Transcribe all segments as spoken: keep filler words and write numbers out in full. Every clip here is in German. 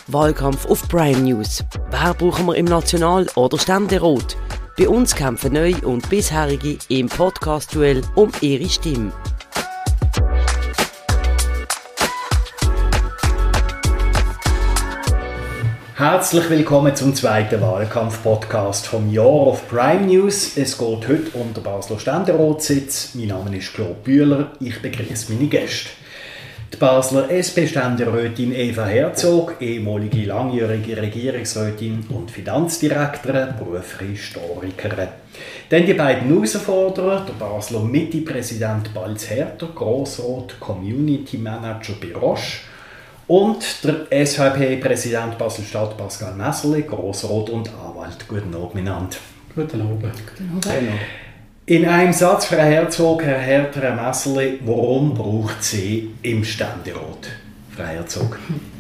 Wahlkampf auf Prime News. Wer brauchen wir im National- oder Ständerat? Bei uns kämpfen Neue und Bisherige im Podcast-Duell um ihre Stimme. Herzlich willkommen zum zweiten Wahlkampf-Podcast vom Jahr auf Prime News. Es geht heute um den Basler Ständeratssitz. Mein Name ist Claude Bühler. Ich begrüße meine Gäste. Die Basler S P-Ständerätin Eva Herzog, ehemalige langjährige Regierungsrätin und Finanzdirektorin, berufliche Historikerin. Dann die beiden Herausforderer, der Basler Mitte-Präsident Balz Herter, Grossrat, Community Manager bei Roche, und der S V P-Präsident Basel-Stadt Pascal Messerli, Grossrat und Anwalt. Guten Abend miteinander. Guten Abend. Guten Abend. In einem Satz, Frau Herzog, Herr Herter, Herr Messerli, warum braucht Sie im Ständerat? Frau Herzog.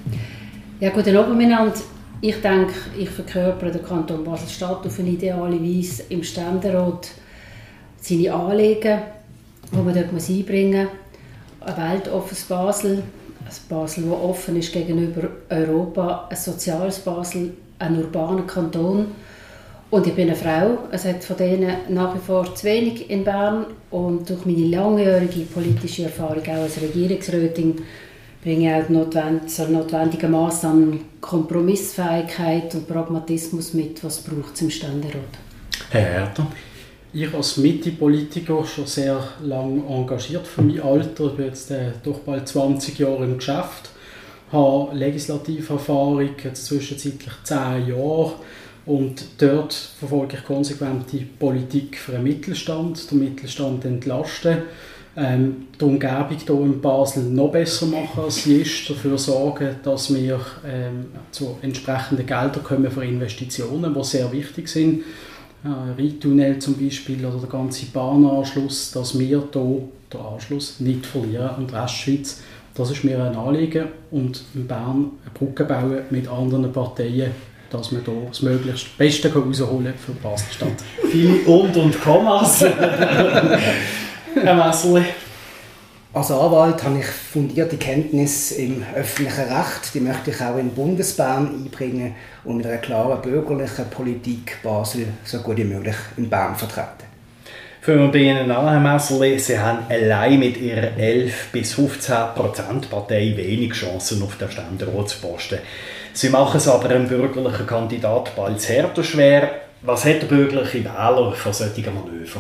Ja, guten Abend miteinander. Ich denke, ich verkörpere den Kanton Basel-Stadt auf eine ideale Weise im Ständerat seine Anliegen, die man dort einbringen muss. Ein weltoffenes Basel, ein Basel, das offen ist gegenüber Europa, ein soziales Basel, ein urbaner Kanton. Und ich bin eine Frau, es hat von denen nach wie vor zu wenig in Bern. Und durch meine langjährige politische Erfahrung auch als Regierungsrätin bringe ich auch die notwendigen, notwendigen Massnahmen, Kompromissfähigkeit und Pragmatismus mit, was es braucht im Ständerat. Herr Herter. Ich als Mitte-Politiker schon sehr lange engagiert für mein Alter. Ich bin jetzt äh, doch bald zwanzig Jahre im Geschäft, habe Legislativerfahrung, jetzt zwischenzeitlich zehn Jahre. Und dort verfolge ich konsequent die Politik für den Mittelstand, den Mittelstand entlasten, ähm, die Umgebung hier in Basel noch besser machen, als sie ist, dafür sorgen, dass wir ähm, zu entsprechenden Geldern kommen für Investitionen, die sehr wichtig sind. Äh, Rheintunnel zum Beispiel oder der ganze Bahnanschluss, dass wir hier den Anschluss nicht verlieren an die Restschweiz. Das ist mir ein Anliegen. Und in Bern eine Brücke bauen mit anderen Parteien, dass wir hier das möglichst Beste rausholen für Basel-Stadt. Viele Und und Kommas. Herr Messerli. Als Anwalt habe ich fundierte Kenntnis im öffentlichen Recht. Die möchte ich auch in Bundesbern einbringen und mit einer klaren bürgerlichen Politik Basel so gut wie möglich in Bern vertreten. Fangen wir bei Ihnen an, Herr Messerli. Sie haben allein mit Ihrer elf bis fünfzehn Prozent Partei wenig Chancen auf den Ständeratsposten. Sie machen es aber einem bürgerlichen Kandidat Balz Herter schwer. Was hat der bürgerliche Wähler für solche Manöver?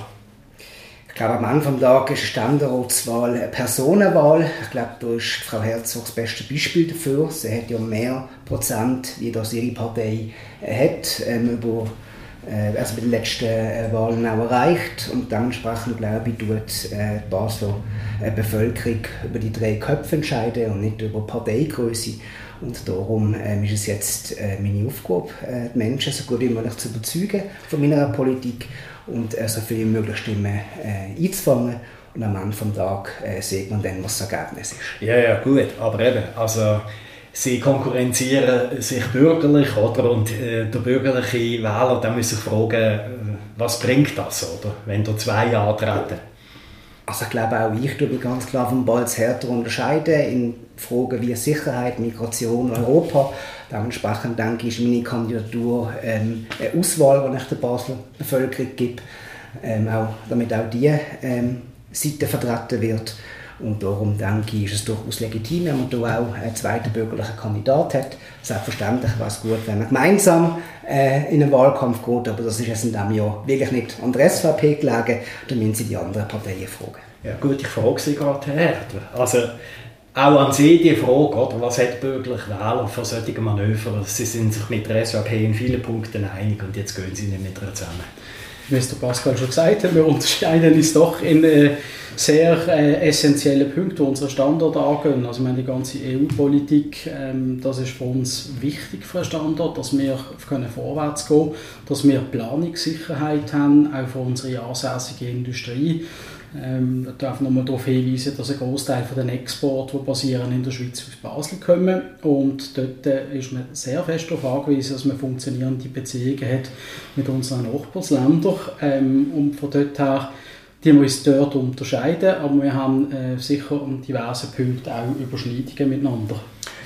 Ich glaube, am Ende des Tages ist eine Ständeratswahl eine Personenwahl. Ich glaube, da ist Frau Herzog das beste Beispiel dafür. Sie hat ja mehr Prozent, wie das ihre Partei hat, ähm, über, äh, also bei den letzten äh, Wahlen auch erreicht. Und dementsprechend, glaube ich, tut äh, die Basler äh, Bevölkerung über die drei Köpfe entscheiden und nicht über Parteigröße. Und darum ähm, ist es jetzt äh, meine Aufgabe, äh, die Menschen so gut wie möglich zu überzeugen von meiner Politik und äh, so viele wie möglich Stimmen äh, einzufangen. Und am Ende des Tages äh, sieht man dann, was das Ergebnis ist. Ja, ja, gut, aber eben, also Sie konkurrenzieren sich bürgerlich, oder? Und äh, der bürgerliche Wähler, der muss sich fragen, äh, was bringt das, oder? Wenn da zwei antreten. Also ich glaube, auch ich tue mich ganz klar vom Balz Herter unterscheiden in Fragen wie Sicherheit, Migration, Europa. Dementsprechend denke ich, ist meine Kandidatur ähm, eine Auswahl, die ich der Basler Bevölkerung gebe, ähm, auch, damit auch diese ähm, Seite vertreten wird. Und darum denke ich, ist es durchaus legitim, wenn man hier auch einen zweiten bürgerlichen Kandidat hat. Selbstverständlich wäre es gut, wenn man gemeinsam äh, in einen Wahlkampf geht, aber das ist jetzt in diesem Jahr wirklich nicht an der S V P gelegen. Da müssen Sie die anderen Parteien fragen. Ja gut, ich frage Sie gerade, Herr Herter. Also auch an Sie die Frage, oder? Was hat der bürgerliche Wähler für solche Manöver? Sie sind sich mit der S V P in vielen Punkten einig und jetzt gehen Sie nicht mit ihr zusammen. Wie es der Pascal schon gesagt hat, wir unterscheiden uns doch in äh, sehr äh, essentiellen Punkten, die unseren Standort angehen. Also wir haben die ganze E U-Politik, ähm, das ist für uns wichtig für einen Standort, dass wir können vorwärts gehen können, dass wir Planungssicherheit haben, auch für unsere ansässige Industrie. Ähm, ich darf nochmal darauf hinweisen, dass ein Großteil der Exporte, die basieren in der Schweiz, aus Basel kommen. Und dort äh, ist man sehr fest darauf angewiesen, dass man funktionierende Beziehungen hat mit unseren Nachbarländern. Ähm, und von dort her, die wir uns dort unterscheiden, aber wir haben äh, sicher an diversen Punkten auch Überschneidungen miteinander.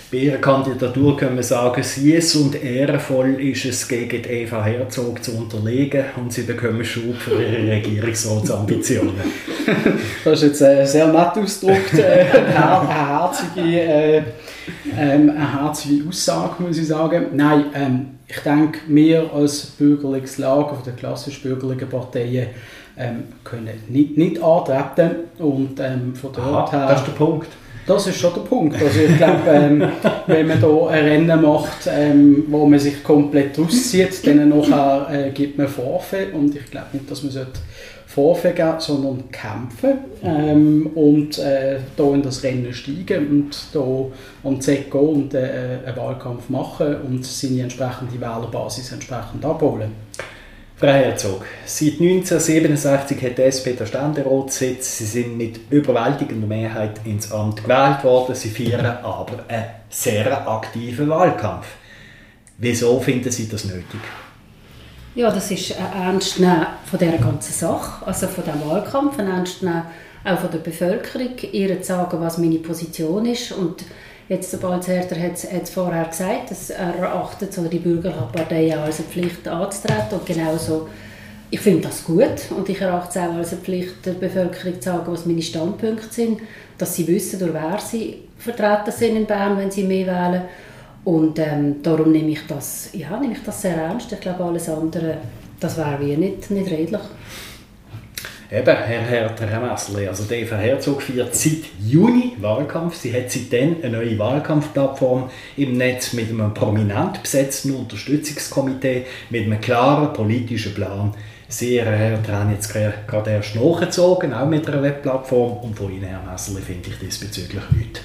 Bei ihrer Kandidatur können wir sagen, süß und ehrenvoll ist es, gegen Eva Herzog zu unterlegen und sie bekommen Schub für ihre Regierungsratsambitionen. Das ist jetzt äh, sehr nett ausgedrückt, äh, eine, eine, herzige, äh, ähm, eine herzige Aussage, muss ich sagen. Nein, ähm, ich denke, wir als bürgerliches Lager, von den klassisch bürgerlichen Parteien, ähm, können nicht, nicht antreten. Und ähm, von dort her, das ist der Punkt. Das ist schon der Punkt. Also ich glaube, ähm, wenn man hier ein Rennen macht, ähm, wo man sich komplett auszieht, dann nachher äh, gibt man Vorfälle. Und ich glaube nicht, dass man Vorfälle geben sollte, sondern kämpfen ähm, und äh, hier in das Rennen steigen und hier an die Zecke gehen und äh, einen Wahlkampf machen und seine entsprechende Wählerbasis entsprechend abholen. Frau Herzog, seit neunzehnhundertsiebenundsechzig hat die S P den Ständeratssitz. Sie sind mit überwältigender Mehrheit ins Amt gewählt worden. Sie führen aber einen sehr aktiven Wahlkampf. Wieso finden Sie das nötig? Ja, das ist ein Ernstnehmen von dieser ganzen Sache, also von diesem Wahlkampf, ein Ernstnehmen auch von der Bevölkerung, ihr zu sagen, was meine Position ist. Und jetzt, der Balzerter hat es vorher gesagt, dass er erachtet so die bürgerliche Partei auch als eine Pflicht anzutreten. Und genauso, ich finde das gut und ich erachte es auch als eine Pflicht, der Bevölkerung zu sagen, was meine Standpunkte sind, dass sie wissen, durch wer sie vertreten sind in Bern, wenn sie mehr wählen. Und ähm, darum nehme ich, das, ja, nehme ich das sehr ernst. Ich glaube, alles andere, das wäre wie nicht, nicht redlich. Eben, Herr Herter, Herr Messerli, also Eva Herzog führt seit Juni Wahlkampf. Sie hat seitdem eine neue Wahlkampfplattform im Netz mit einem prominent besetzten Unterstützungskomitee, mit einem klaren politischen Plan. Sie, Herr Herter, haben jetzt gerade erst nachgezogen, auch mit einer Webplattform. Und von Ihnen, Herr Messerli, finde ich diesbezüglich nichts.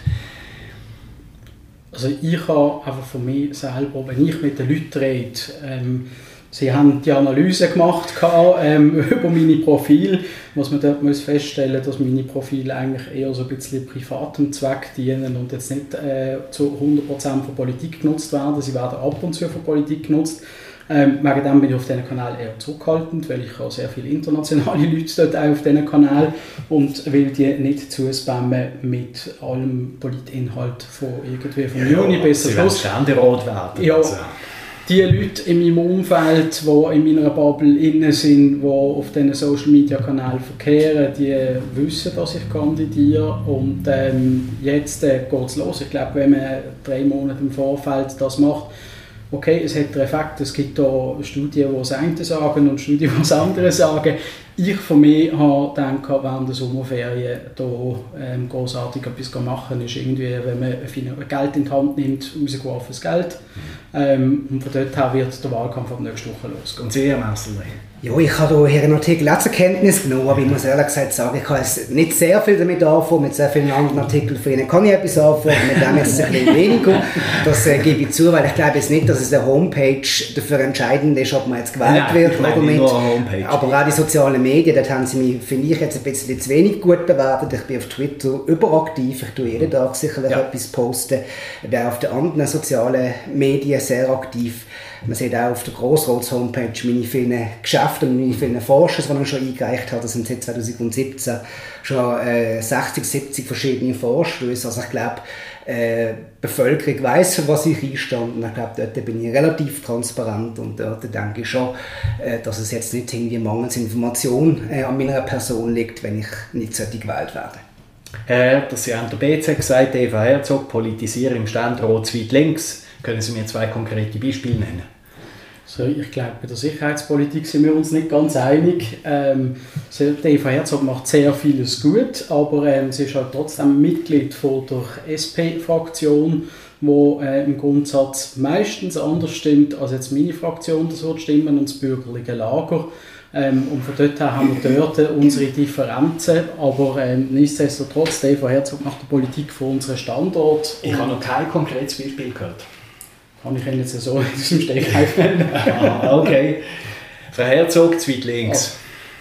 Also ich habe einfach von mir selber, wenn ich mit den Leuten rede, ähm, sie haben die Analyse gemacht ähm, über meine Profile, was man dort muss feststellen, dass meine Profile eigentlich eher so ein bisschen privatem Zweck dienen und jetzt nicht äh, zu hundert Prozent von Politik genutzt werden. Sie werden ab und zu von Politik genutzt. Ähm, wegen dem bin ich auf diesem Kanal eher zurückhaltend, weil ich habe sehr viele internationale Leute dort auch auf diesem Kanal und will die nicht zuspammen mit allem Politinhalt von irgendwie vom ja, Juni bis zum Schluss. Sie werden Ständerat werden. Ja, also. Die Leute in meinem Umfeld, die in meiner Bubble innen sind, die auf diesen Social Media Kanälen verkehren, die wissen, dass ich kandidiere und ähm, jetzt äh, geht es los. Ich glaube, wenn man drei Monate im Vorfeld das macht, okay, es hat den Effekt, es gibt da Studien, die das eine sagen und Studien, die das andere sagen. Ich von mir habe gedacht, während der Sommerferien hier ähm, grossartig etwas machen, ist irgendwie, wenn man Geld in die Hand nimmt, rausgeworfenes Geld. Ähm, und von dort her wird der Wahlkampf ab nächste Woche losgehen. Und Sie, Herr Messerli? Ja, ich habe hier einen Artikel auch zur Kenntnis genommen, aber ich muss ehrlich gesagt sagen, ich kann nicht sehr viel damit anfangen, mit sehr vielen anderen Artikeln von Ihnen kann ich etwas anfangen, mit dem jetzt ein bisschen weniger. Das äh, gebe ich zu, weil ich glaube jetzt nicht, dass es eine Homepage dafür entscheidend ist, ob man jetzt gewählt Nein, wird ich meine oder nicht. Nur eine Homepage. Aber auch die sozialen Medien, dort haben sie mich, finde ich, jetzt ein bisschen zu wenig gut bewertet. Ich bin auf Twitter überaktiv, ich tue jeden Tag sicherlich ja. etwas posten. Und auch auf den anderen sozialen Medien sehr aktiv. Man sieht auch auf der Grossrats-Homepage meine vielen Geschäfte und meine vielen Vorstöße, die ich schon eingereicht habe. Das sind seit zweitausendsiebzehn schon äh, sechzig, siebzig verschiedene Vorstöße. Also ich glaube, äh, die Bevölkerung weiss, für was ich einstand. Und ich glaube, dort bin ich relativ transparent. Und dort denke ich schon, äh, dass es jetzt nicht irgendwie mangels Information äh, an meiner Person liegt, wenn ich nicht sollte gewählt werden. Herr, dass Sie haben der B Z gesagt, Eva Herzog politisieren im Ständerat zu weit links. Können Sie mir zwei konkrete Beispiele nennen? Also ich glaube, bei der Sicherheitspolitik sind wir uns nicht ganz einig. Ähm, Eva Herzog macht sehr vieles gut, aber ähm, sie ist halt trotzdem Mitglied von der S P-Fraktion, die äh, im Grundsatz meistens anders stimmt, als jetzt meine Fraktion das wird stimmen und das bürgerliche Lager. Ähm, und von dort her haben wir dort unsere Differenzen, aber ähm, nichtsdestotrotz, Eva Herzog macht die Politik für unseren Standort. Ich habe noch kein konkretes Beispiel gehört. Kann ich Ihnen jetzt so in diesem Stegreif nennen? Ah, okay. Frau Herzog, zu weit links.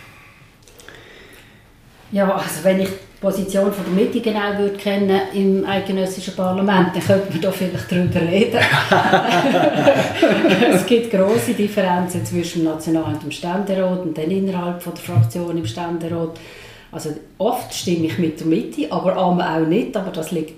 Ja, also wenn ich die Position von der Mitte genau würde kennen im eidgenössischen Parlament, dann könnte man da vielleicht darüber reden. Es gibt grosse Differenzen zwischen dem National- und dem Ständerat und dann innerhalb von der Fraktion im Ständerat. Also oft stimme ich mit der Mitte, aber einmal auch nicht, aber das liegt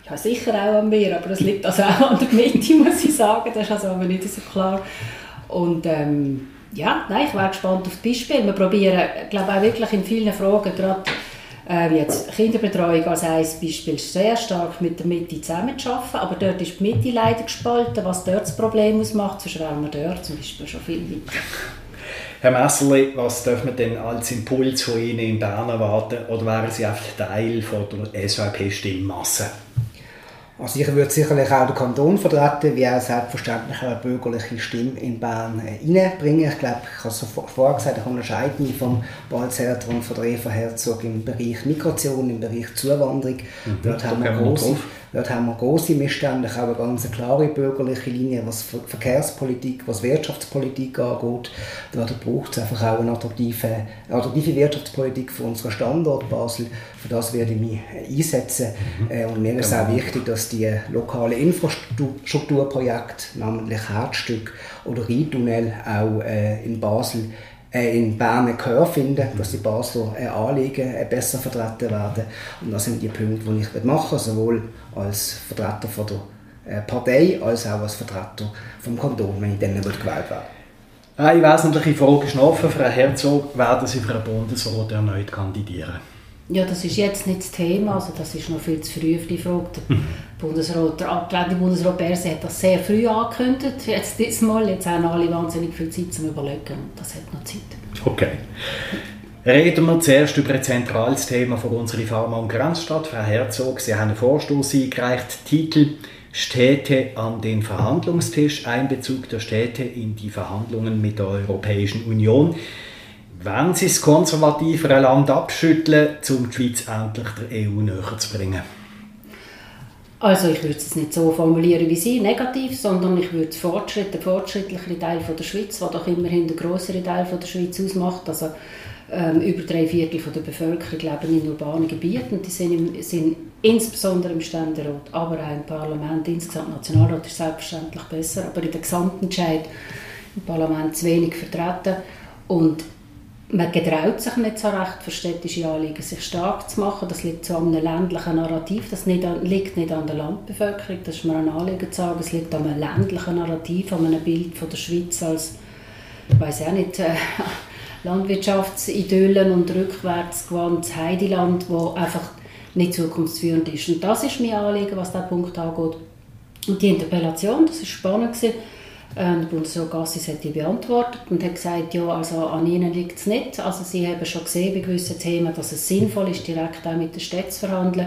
Ja, sicher auch an mir, aber das liegt also auch an der Mitte, muss ich sagen. Das ist also aber nicht so klar. Und ähm, ja, nein, ich wäre gespannt auf das Beispiel. Wir probieren, glaube auch wirklich in vielen Fragen, gerade äh, jetzt Kinderbetreuung als ein Beispiel, sehr stark mit der Mitte zusammenzuarbeiten. Aber dort ist die Mitte leider gespalten, was dort das Problem ausmacht. Sonst wären wir dort zum Beispiel schon viel weiter. Herr Messerli, was darf man denn als Impuls von Ihnen in Bern erwarten? Oder wären Sie einfach Teil von der S V P-Stimmmasse? Also ich würde sicherlich auch den Kanton vertreten, wie auch selbstverständlich eine bürgerliche Stimme in Bern reinbringen. Ich glaube, ich habe es vorher gesagt, ich unterscheide mich vom Balzerter und von der Eva Herzog im Bereich Migration, im Bereich Zuwanderung. Mhm, dort, haben wir grosse, dort haben wir grosse Missstände, auch eine ganz klare bürgerliche Linie, was Verkehrspolitik, was Wirtschaftspolitik angeht. Dort braucht es einfach auch eine attraktive, attraktive Wirtschaftspolitik für unseren Standort Basel. Für das werde ich mich einsetzen. Mhm. Und mir ist ja. auch wichtig, dass die lokalen Infrastrukturprojekte, namentlich Herzstück oder Rheintunnel, auch äh, in Basel, äh, in Bern ein Gehör finden, dass die Basler äh, Anliegen äh, besser vertreten werden. Und das sind die Punkte, die ich machen will, sowohl als Vertreter von der äh, Partei als auch als Vertreter vom Kanton, wenn ich dann gewählt werde. Eine wesentliche Frage ist noch offen. Frau Herzog, werden Sie für den Bundesrat erneut kandidieren? Ja, das ist jetzt nicht das Thema, also das ist noch viel zu früh für die Frage. Der Bundesrat, der abgelehnte Bundesrat Berset hat das sehr früh angekündigt, jetzt diesmal. Jetzt haben alle wahnsinnig viel Zeit zum Überlegen und das hat noch Zeit. Okay. Reden wir zuerst über ein zentrales Thema von unserer Pharma- und Grenzstadt. Frau Herzog, Sie haben einen Vorstoß eingereicht, Titel «Städte an den Verhandlungstisch, Einbezug der Städte in die Verhandlungen mit der Europäischen Union». Wenn Sie das konservativere Land abschütteln, um die Schweiz endlich der E U näher zu bringen? Also ich würde es nicht so formulieren wie Sie, negativ, sondern ich würde Fortschritt, den fortschrittlicheren Teil von der Schweiz, der doch immerhin der grössere Teil von der Schweiz ausmacht, also ähm, über drei Viertel von der Bevölkerung leben in urbanen Gebieten und die sind, im, sind insbesondere im Ständerat, aber auch im Parlament, insgesamt im Nationalrat ist selbstverständlich besser, aber in der Gesamtentscheid im Parlament zu wenig vertreten und man getraut sich nicht so recht, für städtische Anliegen sich stark zu machen. Das liegt so an einem ländlichen Narrativ. Das nicht an, liegt nicht an der Landbevölkerung, das ist mir ein Anliegen zu sagen. Es liegt an einem ländlichen Narrativ, an einem Bild von der Schweiz als, ich weiss auch nicht, äh, Landwirtschaftsidyllen und rückwärtsgewandtes Heideland, das einfach nicht zukunftsführend ist. Und das ist mein Anliegen, was diesen Punkt angeht. Und die Interpellation, das war spannend. Ähm, der Bundesrat Gassis hat die beantwortet und hat gesagt, ja, also an Ihnen liegt es nicht. Also Sie haben schon gesehen bei gewissen Themen, dass es sinnvoll ist, direkt auch mit der Stadt zu verhandeln.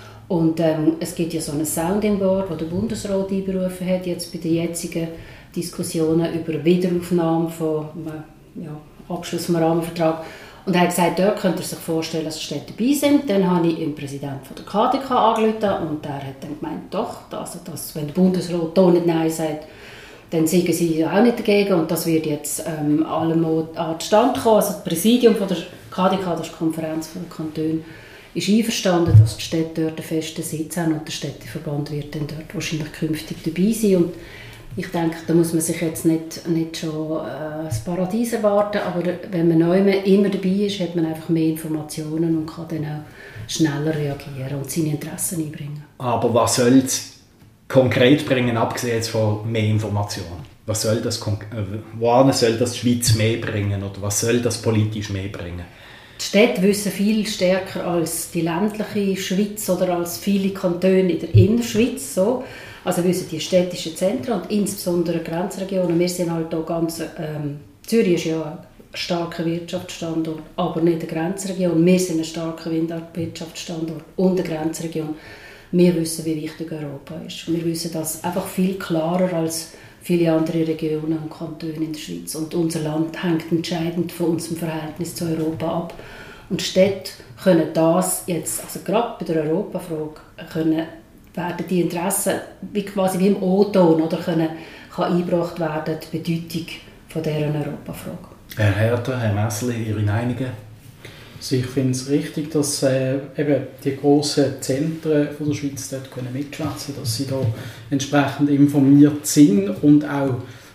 Und ähm, es gibt ja so ein Sounding Board, das der Bundesrat einberufen hat, jetzt bei den jetzigen Diskussionen über Wiederaufnahme von äh, ja, Abschluss vom Rahmenvertrag. Und er hat gesagt, dort könnte er sich vorstellen, dass die Städte dabei sind. Dann habe ich den Präsidenten von der K D K angerufen und der hat dann gemeint, doch, also das, wenn der Bundesrat da nicht Nein sagt, dann sagen sie auch nicht dagegen und das wird jetzt ähm, allemal an den Stand kommen. Also das Präsidium von der K D K, das ist die Konferenz der Kantone, ist einverstanden, dass die Städte dort einen festen Sitz haben und der Städteverband wird dann dort wahrscheinlich künftig dabei sein. Und ich denke, da muss man sich jetzt nicht, nicht schon äh, das Paradies erwarten, aber wenn man neu immer dabei ist, hat man einfach mehr Informationen und kann dann auch schneller reagieren und seine Interessen einbringen. Aber was soll es konkret bringen, abgesehen von mehr Informationen? Was soll das, wohin soll das die Schweiz mehr bringen oder was soll das politisch mehr bringen? Die Städte wissen viel stärker als die ländliche Schweiz oder als viele Kantone in der Innerschweiz. So. Also wissen die städtischen Zentren und insbesondere Grenzregionen. Wir sind halt hier ganz, ähm, Zürich ist ja ein starker Wirtschaftsstandort, aber nicht eine Grenzregion. Wir sind ein starker Wirtschaftsstandort und eine Grenzregion. Wir wissen, wie wichtig Europa ist. Wir wissen das einfach viel klarer als viele andere Regionen und Kantone in der Schweiz. Und unser Land hängt entscheidend von unserem Verhältnis zu Europa ab. Und Städte können das jetzt, also gerade bei der Europafrage, können, werden die Interessen wie quasi wie im O-Ton oder können, kann eingebracht werden, die Bedeutung von dieser Europafrage. Herr Herter, Herr Messerli, Ihre Meinungen? Also ich finde es richtig, dass äh, eben die grossen Zentren von der Schweiz dort können mitschwätzen können, dass sie da entsprechend informiert sind und auch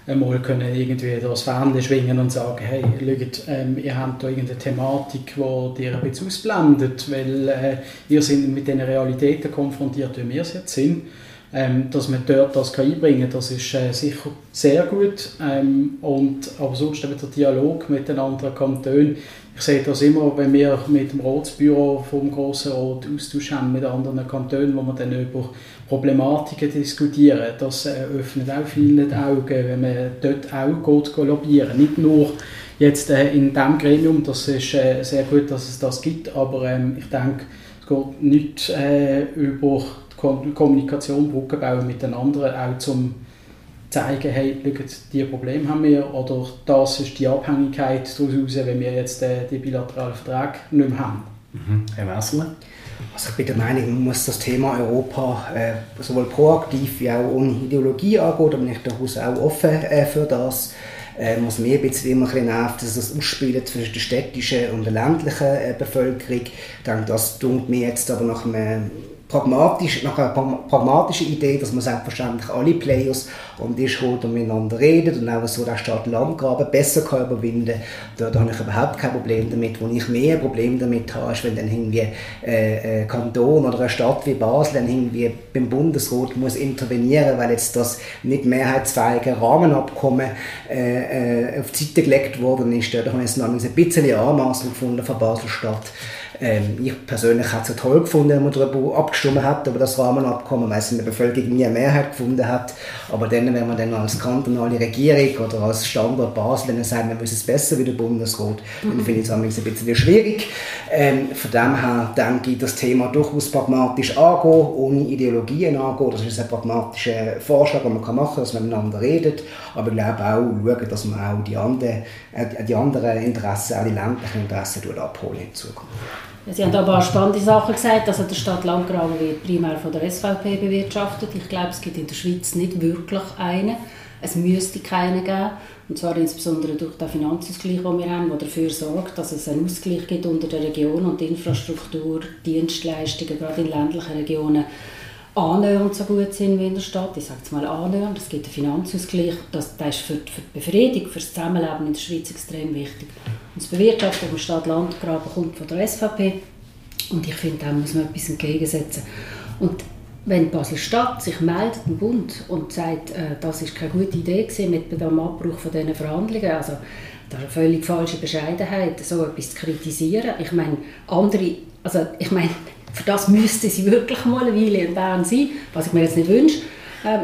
einmal können irgendwie das Fähnchen schwingen und sagen, hey, schaut, ähm, ihr habt da irgendeine Thematik, die ihr ein bisschen ausblendet, weil äh, ihr seid mit den Realitäten konfrontiert, wie wir es jetzt sind. Ähm, dass man dort das einbringen kann, das ist äh, sicher sehr gut. Ähm, und, aber sonst eben der Dialog mit den anderen Kantonen. Ich sehe das immer, wenn wir mit dem Ratsbüro vom Grossen Rat Austausch haben mit anderen Kantonen, wo wir dann über Problematiken diskutieren. Das äh, öffnet auch vielen die Augen, wenn man dort auch geht, geht lobbyieren. Nicht nur jetzt äh, in diesem Gremium, das ist äh, sehr gut, dass es das gibt, aber ähm, ich denke, es geht nicht äh, über Kommunikation, Brücken bauen mit den anderen, auch zum zeigen, hey, schaut, diese Probleme haben wir, oder das ist die Abhängigkeit daraus, wenn wir jetzt äh, die bilateralen Verträge nicht mehr haben. Mhm. Herr Wessler? Also ich bin der Meinung, man muss das Thema Europa äh, sowohl proaktiv wie auch ohne Ideologie angehen, da bin ich durchaus auch offen äh, für das. Äh, was mir ein bisschen immer ein bisschen nervt, dass das Ausspielen zwischen der städtischen und der ländlichen äh, Bevölkerung, ich denke, das tut mir jetzt aber nach einem pragmatisch, nach einer pragmatischen Idee, dass man selbstverständlich alle Players um den Tisch holt und miteinander redet und auch so den Stadt-Land-Graben besser kann überwinden kann. Da habe ich überhaupt kein Problem damit. Wo ich mehr ein Problem damit habe, ist, wenn dann irgendwie äh, ein Kanton oder eine Stadt wie Basel dann irgendwie beim Bundesrat muss intervenieren, weil jetzt das nicht mehrheitsfähige Rahmenabkommen äh, äh, auf die Seite gelegt worden ist. Da habe ich es noch ein bisschen Anmaßung gefunden von Basel-Stadt. Ähm, ich persönlich hätte es toll gefunden, wenn man darüber abgestimmt hat, über das Rahmenabkommen, weil es in der Bevölkerung nie eine Mehrheit gefunden hat. Aber dann, wenn man dann als kantonale Regierung oder als Standort Basel dann sagt, wir müssen es besser wie der Bundesrat, mhm. dann finde ich es ein bisschen schwierig. Ähm, von dem her denke ich, das Thema durchaus pragmatisch angehen, ohne Ideologien angehen. Das ist ein pragmatischer Vorschlag, den man machen kann, dass man miteinander redet. Aber ich glaube auch schauen, dass man auch die anderen, äh, die anderen Interessen, auch die ländlichen Interessen abholen in Zukunft. Sie haben aber auch spannende Sachen gesagt. Also der Stadt-Land-Graben wird primär von der S V P bewirtschaftet. Ich glaube, es gibt in der Schweiz nicht wirklich einen. Es müsste keinen geben. Und zwar insbesondere durch den Finanzausgleich, den wir haben, der dafür sorgt, dass es einen Ausgleich gibt unter der Region und die Infrastruktur, Dienstleistungen, gerade in ländlichen Regionen, annähernd so gut sind wie in der Stadt. Ich sage es mal annähernd. Es gibt einen Finanzausgleich. Das, das ist für die, für die Befriedung, für das Zusammenleben in der Schweiz extrem wichtig. Und das Bewirtschaften vom Stadt-Land-Graben kommt von der S V P. Und ich finde, da muss man etwas entgegensetzen. Und wenn Basel-Stadt sich meldet im Bund und sagt, äh, das ist keine gute Idee gewesen mit dem Abbruch von diesen Verhandlungen, also da ist eine völlig falsche Bescheidenheit, so etwas zu kritisieren. Ich meine, andere, also ich meine, für das müsste sie wirklich mal eine Weile in Bern sein, was ich mir jetzt nicht wünsche. Ähm,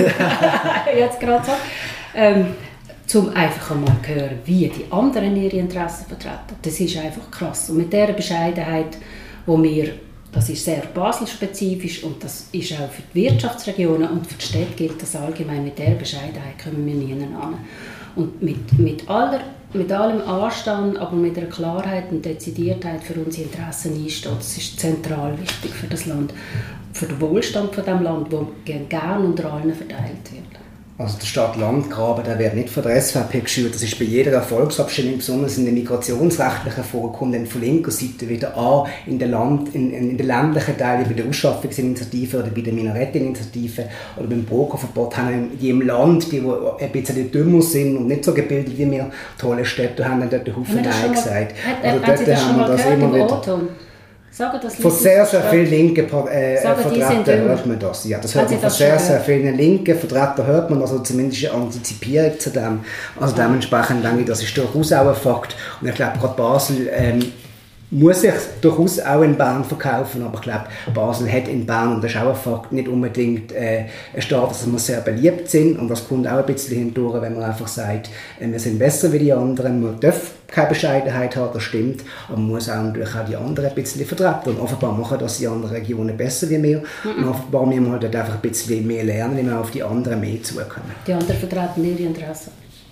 jetzt gerade so. Ähm, um einfach einmal zu hören, wie die anderen ihre Interessen vertreten. Das ist einfach krass. Und mit dieser Bescheidenheit, wo wir, das ist sehr baselspezifisch und das ist auch für die Wirtschaftsregionen und für die Städte gilt das allgemein, mit dieser Bescheidenheit kommen wir nie an. Und mit, mit, aller, mit allem Anstand, aber mit einer Klarheit und Dezidiertheit für unsere Interessen einstehen, das ist zentral wichtig für das Land, für den Wohlstand von diesem Land, der gerne unter allen verteilt wird. Also der Stadt-Land-Graben, der wird nicht von der S V P geschürt. Das ist bei jeder Erfolgsabstimmung, besonders in den migrationsrechtlichen Vorkommen, dann von linker Seite wieder an, in den, Land, in, in den ländlichen Teilen, bei der Ausschaffungsinitiative oder bei der Minaretteninitiative oder beim Burgerverbot, haben die im Land, die, die ein bisschen dümmer sind und nicht so gebildet wie wir, tolle Städte, haben dann dort den Haufen Nein gesagt. Hat, also dort Sie haben wir das immer wieder. Sagen, das von sehr, sehr vielen linken äh, Vertretern hört man das. Ja, das hört man von sehr, sehr vielen linken Vertretern hört man, also zumindest eine Antizipierung zu dem. Also ja. Dementsprechend denke ich, das ist durchaus auch ein Fakt. Und ich glaube, gerade Basel ähm, muss sich durchaus auch in Bern verkaufen, aber ich glaube, Basel hat in Bern, und das ist auch ein Fakt, nicht unbedingt äh, ein Status, dass wir sehr beliebt sind, und das kommt auch ein bisschen hindurch, wenn man einfach sagt, äh, wir sind besser wie die anderen, man darf keine Bescheidenheit haben, das stimmt, aber man muss auch natürlich auch die anderen ein bisschen vertreten, und offenbar machen das die anderen Regionen besser wie wir, mhm. und offenbar müssen wir halt einfach ein bisschen mehr lernen, wenn wir auf die anderen mehr zukommen. Die anderen vertreten ihre Interessen.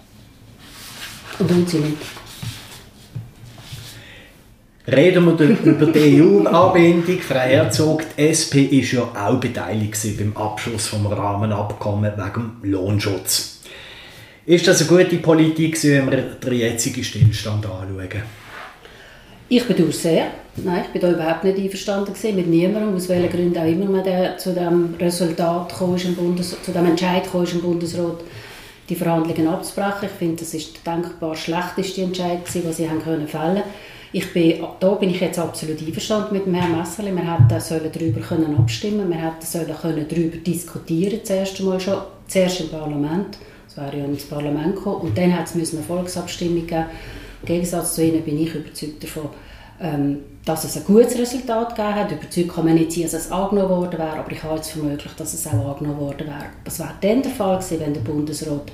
Und tun sie nicht. Reden wir über die E U-Anbindung. Frau Herzog, die S P war ja auch beteiligt beim Abschluss des Rahmenabkommens wegen dem Lohnschutz. Ist das eine gute Politik, wenn wir den jetzigen Stillstand anschauen? Ich bedauere es sehr. Nein, ich war da überhaupt nicht einverstanden mit niemandem, aus welchen Gründen auch immer man zu diesem Resultat kam, im Bundes- zu diesem Entscheid kam im Bundesrat, die Verhandlungen abzubrechen. Ich finde, das ist der denkbar schlechteste Entscheid, den sie haben können fällen. Ich bin, da bin ich jetzt absolut einverstanden mit dem Herrn Messerli. Wir hätten darüber können abstimmen, wir hätten können darüber diskutieren, zuerst einmal schon, zuerst im Parlament, das wäre ja ins Parlament gekommen, und dann hat es eine Volksabstimmung geben. Im Gegensatz zu Ihnen bin ich überzeugt davon, ähm, dass es ein gutes Resultat gegeben hat. Überzeugt kann man nicht sein, dass es angenommen worden wäre, aber ich halte es für möglich, dass es auch angenommen worden wäre. Das wäre dann der Fall gewesen, wenn der Bundesrat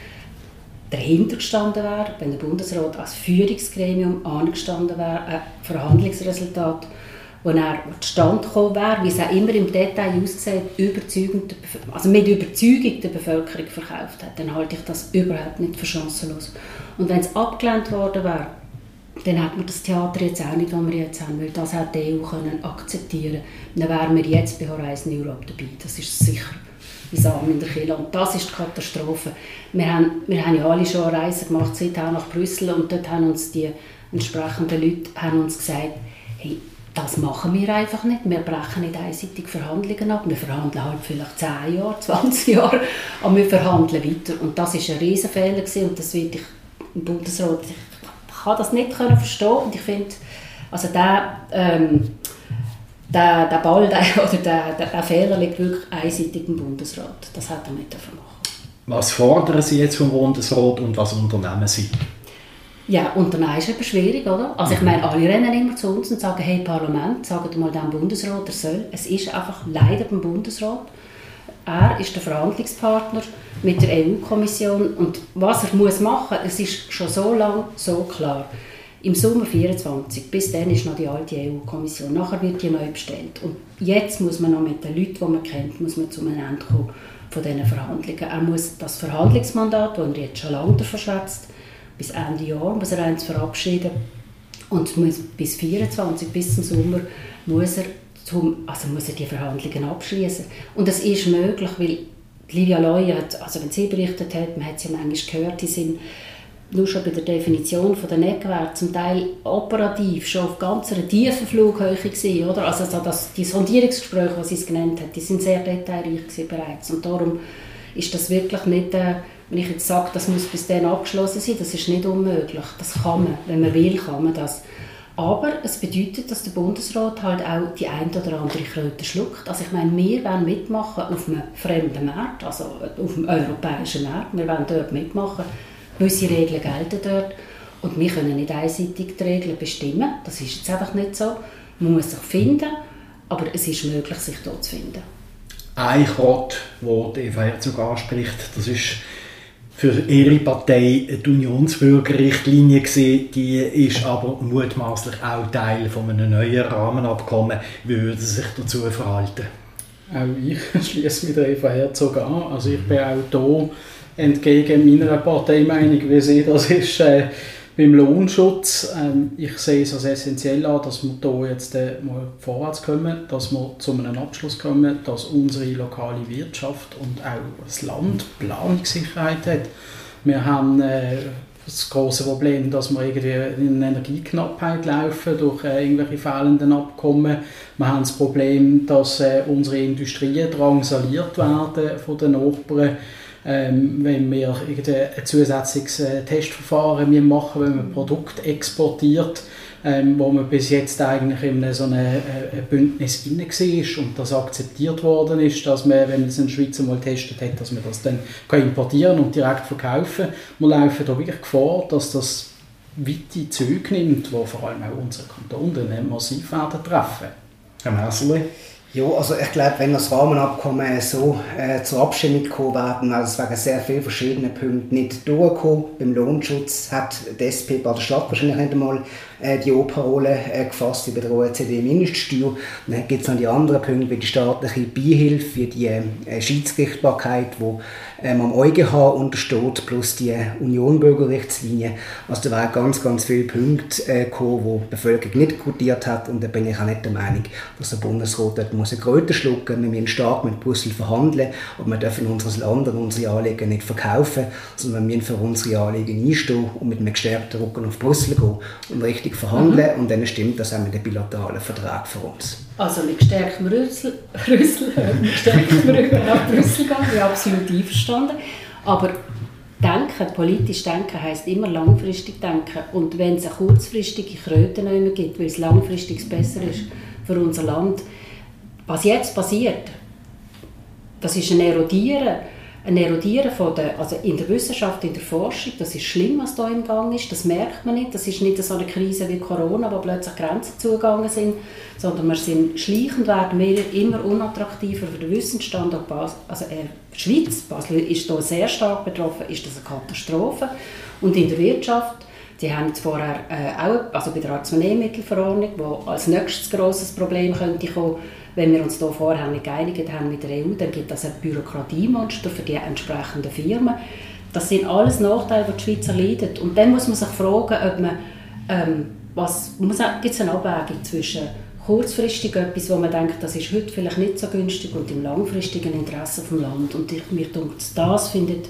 dahinter gestanden wäre, wenn der Bundesrat als Führungsgremium angestanden wäre, ein Verhandlungsresultat, wo er zustande gekommen wäre, wie es auch immer im Detail aussieht, überzeugend, also mit Überzeugung der Bevölkerung verkauft hat, dann halte ich das überhaupt nicht für chancenlos. Und wenn es abgelehnt worden wäre, dann hätte man das Theater jetzt auch nicht, das wir jetzt haben, weil das hat die E U können akzeptieren. Dann wären wir jetzt bei Horizon Europe dabei, das ist sicher. Wie Samen in der Kille. Und das ist die Katastrophe. Wir haben, wir haben ja alle schon eine Reise gemacht, seither nach Brüssel, und dort haben uns die entsprechenden Leute haben uns gesagt, hey, das machen wir einfach nicht. Wir brechen nicht einseitig Verhandlungen ab. Wir verhandeln halt vielleicht zehn Jahre, zwanzig Jahre, aber wir verhandeln weiter. Und das war ein Riesenfehler gewesen, und das wird ich im Bundesrat, ich kann das nicht können verstehen, und ich finde, also der, ähm, Der, der Ball der, oder der, der, der Fehler liegt wirklich einseitig im Bundesrat. Das hätte er nicht machen. Was fordern Sie jetzt vom Bundesrat und was unternehmen Sie? Ja, unternehmen ist eben schwierig, oder? Also ich meine, alle rennen immer zu uns und sagen, hey Parlament, sagt mal dem Bundesrat, er soll. Es ist einfach leider beim Bundesrat. Er ist der Verhandlungspartner mit der E U-Kommission, und was er muss machen, es ist schon so lange so klar. Im Sommer vierundzwanzig, bis dann ist noch die alte E U-Kommission, nachher wird die neu bestellt. Und jetzt muss man noch mit den Leuten, die man kennt, muss man zu einem Ende kommen von diesen Verhandlungen. Er muss das Verhandlungsmandat, das er jetzt schon lange verschwätzt, bis Ende Jahr muss er eins verabschieden. Und muss bis vierundzwanzig, bis zum Sommer, muss er, zum, also muss er die Verhandlungen abschließen. Und das ist möglich, weil Livia Leu hat, also wenn sie berichtet hat, man hat es ja manchmal gehört, die sind nur schon bei der Definition der Neckwerke zum Teil operativ schon auf ganz einer tiefen Flughöhe gewesen, oder? Also das, die Sondierungsgespräche, die sie es genannt hat, die sind sehr detailreich gewesen bereits. Und darum ist das wirklich nicht, äh, wenn ich jetzt sage, das muss bis dann abgeschlossen sein, das ist nicht unmöglich. Das kann man, wenn man will, kann man das. Aber es bedeutet, dass der Bundesrat halt auch die ein oder andere Kröte schluckt. Also ich meine, wir wollen mitmachen auf einem fremden Markt, also auf dem europäischen Markt, wir wollen dort mitmachen. Gewisse Regeln gelten dort, und wir können nicht einseitig die Regeln bestimmen. Das ist jetzt einfach nicht so. Man muss sich finden, aber es ist möglich, sich dort zu finden. Ein Grad, den die Eva Herzog anspricht, das ist für ihre Partei die Unionsbürgerrichtlinie gewesen. Die ist aber mutmaßlich auch Teil von einem neuen Rahmenabkommen. Wie würden Sie sich dazu verhalten? Auch ich schließe mit Eva Herzog an. Also ich bin auch hier entgegen meiner Parteimeinung, wie sie das ist, äh, beim Lohnschutz. Ähm, ich sehe es als essentiell an, dass wir hier jetzt äh, mal vorwärts kommen, dass wir zu einem Abschluss kommen, dass unsere lokale Wirtschaft und auch das Land Planungssicherheit hat. Wir haben äh, das große Problem, dass wir irgendwie in eine Energieknappheit laufen durch äh, irgendwelche fehlenden Abkommen. Wir haben das Problem, dass äh, unsere Industrien drangsaliert werden von den Nachbarn. Ähm, wenn wir ein zusätzliches äh, Testverfahren machen, wenn man Produkte exportiert, ähm, wo man bis jetzt eigentlich in so einem äh, Bündnis drin war und das akzeptiert worden ist, dass man, wenn man es in der Schweiz mal getestet hat, dass man das dann kann importieren und direkt verkaufen kann. Wir laufen da wirklich Gefahr, dass das weite Züge nimmt, die vor allem auch unsere Kantone dann massiv werden treffen. Herr Messerli? Ja, also ich glaube, wenn das Rahmenabkommen so äh, zur Abstimmung gekommen werden, also es wegen sehr vielen verschiedenen Punkten nicht durchgekommen. Beim Lohnschutz hat die S P bei der Stadt wahrscheinlich nicht einmal äh, die Operrolle äh, gefasst wie bei der O E C D-Mindeststeuer. Dann gibt es noch die anderen Punkte wie die staatliche Beihilfe, wie die äh, Schiedsgerichtbarkeit, die ähm, am E u G H untersteht, plus die Union-Bürgerrechtslinie. Also da waren ganz, ganz viele Punkte äh, gekommen, die die Bevölkerung nicht gutiert hat, und da bin ich auch nicht der Meinung, dass der Bundesrat dort muss eine Kröte schlucken. Wir müssen stark mit Brüssel verhandeln, und wir dürfen unser Land und unsere Anliegen nicht verkaufen, sondern wir müssen für unsere Anliegen einstehen und mit einem gestärkten Rücken auf Brüssel gehen und richtig verhandeln, mhm. und dann stimmt das auch mit dem bilateralen Vertrag für uns. Also mit gestärktem Rüssel, Rüssel, mit gestärktem Rücken nach Brüssel gehen, ich bin absolut einverstanden. Aber denken, politisch denken heisst immer langfristig denken. Und wenn es eine kurzfristige Kröte nicht mehr gibt, weil es langfristig besser ist für unser Land, was jetzt passiert, das ist ein Erodieren, ein Erodieren von der, also in der Wissenschaft, in der Forschung, das ist schlimm, was da im Gang ist, das merkt man nicht, das ist nicht so eine Krise wie Corona, wo plötzlich Grenzen zugegangen sind, sondern wir sind schleichend werden wir immer unattraktiver für den Wissensstandort Basel, also äh, Schweiz, Basel ist hier sehr stark betroffen, ist das eine Katastrophe. Und in der Wirtschaft, die haben jetzt vorher äh, auch, also bei der Arzneimittelverordnung, wo als nächstes grosses Problem könnte kommen, wenn wir uns hier vorher nicht geeinigt haben mit der E U, dann gibt es ein Bürokratiemonster für die entsprechenden Firmen. Das sind alles Nachteile, die die Schweiz erleidet. Und dann muss man sich fragen, ob man, ähm, was, gibt es eine Abwägung zwischen kurzfristig etwas, wo man denkt, das ist heute vielleicht nicht so günstig, und im langfristigen Interesse vom Land. Und ich, mir denke, das findet,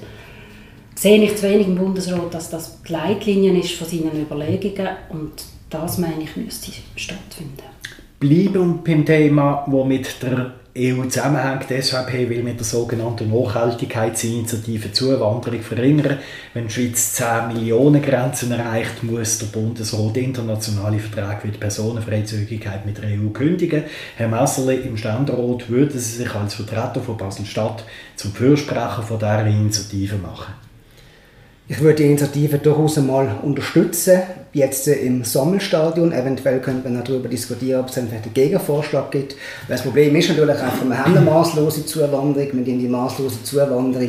sehe ich zu wenig im Bundesrat, dass das die Leitlinien ist von seinen Überlegungen, und das, meine ich, müsste stattfinden. Bleiben beim Thema, das mit der E U zusammenhängt. Die S V P will mit der sogenannten Nachhaltigkeitsinitiative Zuwanderung verringern. Wenn die Schweiz zehn Millionen Grenzen erreicht, muss der Bundesrat internationale Verträge wie die Personenfreizügigkeit mit der E U kündigen. Herr Messerli, im Ständerat würden Sie sich als Vertreter von Basel-Stadt zum Fürsprecher von dieser Initiative machen? Ich würde die Initiative durchaus einmal unterstützen, jetzt im Sammelstadion. Eventuell könnte man darüber diskutieren, ob es dann vielleicht einen Gegenvorschlag gibt. Das Problem ist natürlich einfach, wir haben eine masslose Zuwanderung, wir müssen die masslose Zuwanderung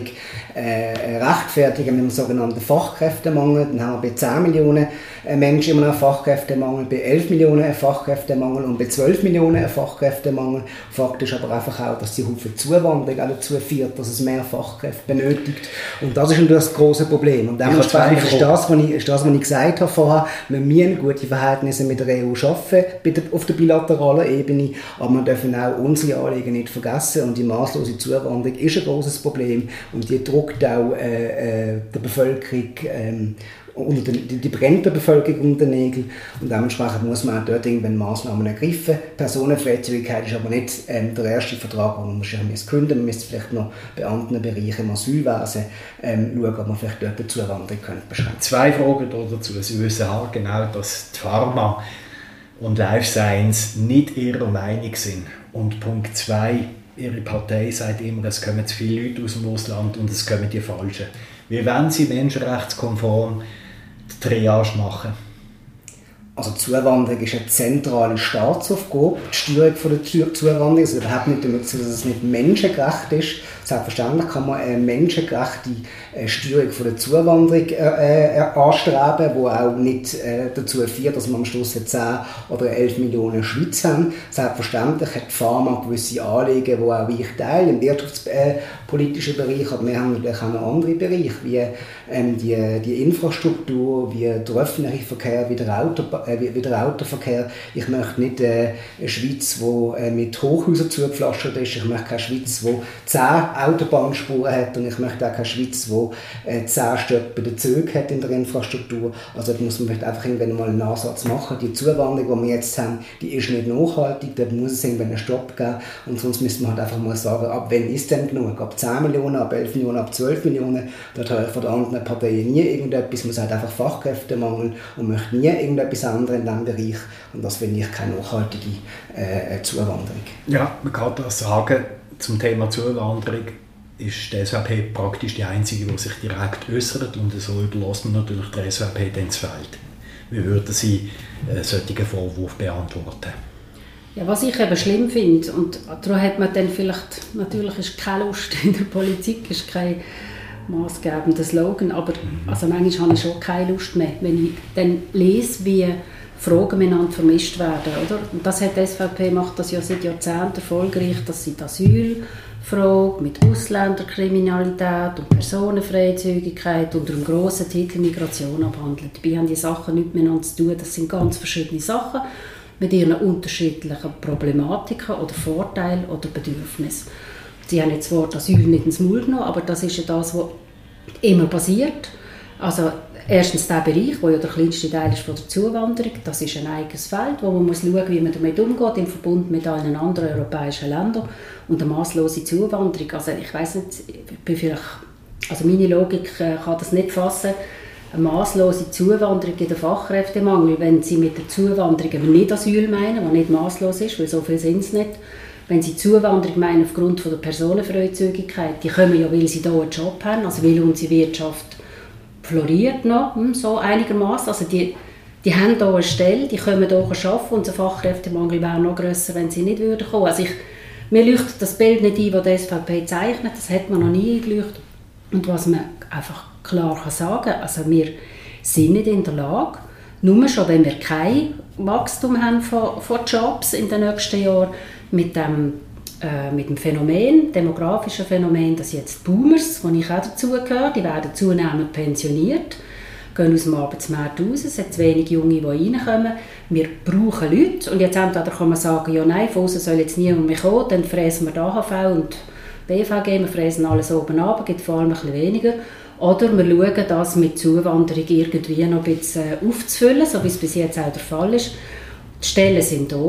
äh, rechtfertigen mit dem sogenannten Fachkräftemangel. Dann haben wir bei zehn Millionen Menschen immer noch einen Fachkräftemangel, bei elf Millionen einen Fachkräftemangel und bei zwölf Millionen einen Fachkräftemangel. Fakt ist aber einfach auch, dass die Haufen Zuwanderung auch dazu führt, dass es mehr Fachkräfte benötigt. Und das ist natürlich das große Problem. Und dementsprechend ist das, was ich, ist das, was ich gesagt habe vorher, wir müssen gute Verhältnisse mit der E U schaffen, auf der bilateralen Ebene, aber wir dürfen auch unsere Anliegen nicht vergessen, und die masslose Zuwanderung ist ein großes Problem, und die drückt auch äh, äh, der Bevölkerung ähm, unter den, die, die brennt der Bevölkerung unter den Nägeln, und dementsprechend muss man auch dort irgendwann Massnahmen ergreifen. Personenfreizügigkeit ist aber nicht ähm, der erste Vertrag, den man wahrscheinlich künden. Man müsste vielleicht noch bei anderen Bereichen im Asylwesen ähm, schauen, ob man vielleicht dort die Zuwanderung beschränken. Zwei Fragen dazu. Sie wissen auch genau, dass die Pharma und Life Science nicht ihrer Meinung sind. Und Punkt zwei, Ihre Partei sagt immer, es kommen zu viele Leute aus dem Ausland und es kommen die Falschen. Wie wollen Sie menschenrechtskonform die Triage machen? Also die Zuwanderung ist eine zentrale Staatsaufgabe, die Steuerung von der Zuwanderung. Also überhaupt nicht damit zu, dass es nicht menschengerecht ist. Selbstverständlich kann man eine menschengerechte Steuerung von der Zuwanderung äh, äh, anstreben, die auch nicht äh, dazu führt, dass wir am Schluss zehn oder elf Millionen Schweiz haben. Selbstverständlich hat die Pharma gewisse Anliegen, die auch ich teile im wirtschaftspolitischen Bereich, aber wir haben natürlich auch noch andere Bereiche, wie ähm, die, die Infrastruktur, wie der öffentliche Verkehr, wie der, Auto, äh, wie der Autoverkehr. Ich möchte nicht äh, eine Schweiz, die äh, mit Hochhäusern zugepflastert ist. Ich möchte keine Schweiz, die zehn Autobahnspuren hat, und ich möchte auch keine Schweiz, die äh, zehn Stöcke bei den Zügen hat in der Infrastruktur. Also da muss man vielleicht einfach irgendwann mal einen Ansatz machen. Die Zuwanderung, die wir jetzt haben, die ist nicht nachhaltig, da muss es irgendwann einen Stopp geben, und sonst müssen wir halt einfach mal sagen, ab wann ist denn genug? Ab zehn Millionen, ab elf Millionen, ab zwölf Millionen. Dort höre ich von den anderen Parteien nie irgendetwas. Man sagt einfach Fachkräftemangel und möchte nie irgendetwas ändern in diesem Bereich, und das finde ich keine nachhaltige äh, Zuwanderung. Ja, man kann das sagen. Zum Thema Zuwanderung ist die S V P praktisch die einzige, die sich direkt äußert, und so überlässt man natürlich der S V P dann das Feld. Wie würden Sie äh, solche Vorwürfe beantworten? Ja, was ich eben schlimm finde, und darum hat man dann vielleicht, natürlich ist keine Lust in der Politik, ist kein maßgebender Slogan, aber mhm. also manchmal habe ich schon keine Lust mehr, wenn ich dann lese, wie Fragen miteinander vermischt werden. Oder? Und das hat die S V P macht das ja seit Jahrzehnten erfolgreich, dass sie die Asylfrage mit Ausländerkriminalität und Personenfreizügigkeit unter dem grossen Titel Migration abhandelt. Dabei haben die Sachen nichts miteinander zu tun. Das sind ganz verschiedene Sachen mit ihren unterschiedlichen Problematiken oder Vorteilen oder Bedürfnissen. Sie haben jetzt das Wort Asyl nicht ins Maul genommen, aber das ist ja das, was immer passiert. Also erstens der Bereich, der ja der kleinste Teil ist von der Zuwanderung, das ist ein eigenes Feld, wo man muss schauen, wie man damit umgeht, im Verbund mit allen anderen europäischen Ländern. Und eine masslose Zuwanderung, also ich weiss nicht, ich bin vielleicht Also meine Logik äh, kann das nicht fassen. Eine masslose Zuwanderung in den Fachkräftemangel, wenn Sie mit der Zuwanderung nicht Asyl meinen, was nicht masslos ist, weil so viel sind es nicht. Wenn Sie Zuwanderung meinen aufgrund von der Personenfreizügigkeit, die kommen ja, weil sie hier einen Job haben, also weil unsere Wirtschaft floriert noch, so einigermaßen. Also die, die haben hier eine Stelle, die können hier arbeiten, unser Fachkräftemangel wäre noch grösser, wenn sie nicht würden kommen. Also ich, mir leuchtet das Bild nicht ein, das die S V P zeichnet, das hat man noch nie eingeleuchtet. Und was man einfach klar kann sagen kann, also wir sind nicht in der Lage, nur schon, wenn wir kein Wachstum haben von, von Jobs in den nächsten Jahren, mit dem, äh, mit dem Phänomen, demografischen Phänomen, dass jetzt Boomers, wo ich auch dazugehöre, die werden zunehmend pensioniert, gehen aus dem Arbeitsmarkt raus, es sind wenig Junge, die reinkommen. Wir brauchen Leute und jetzt entweder kann man sagen, ja nein, von außen soll jetzt niemand mehr kommen, dann fräsen wir die A H V und B V G, wir fräsen alles oben runter, gibt vor allem ein bisschen weniger. Oder wir schauen, das mit Zuwanderung irgendwie noch ein bisschen aufzufüllen, so wie es bis jetzt auch der Fall ist. Die Stellen sind da,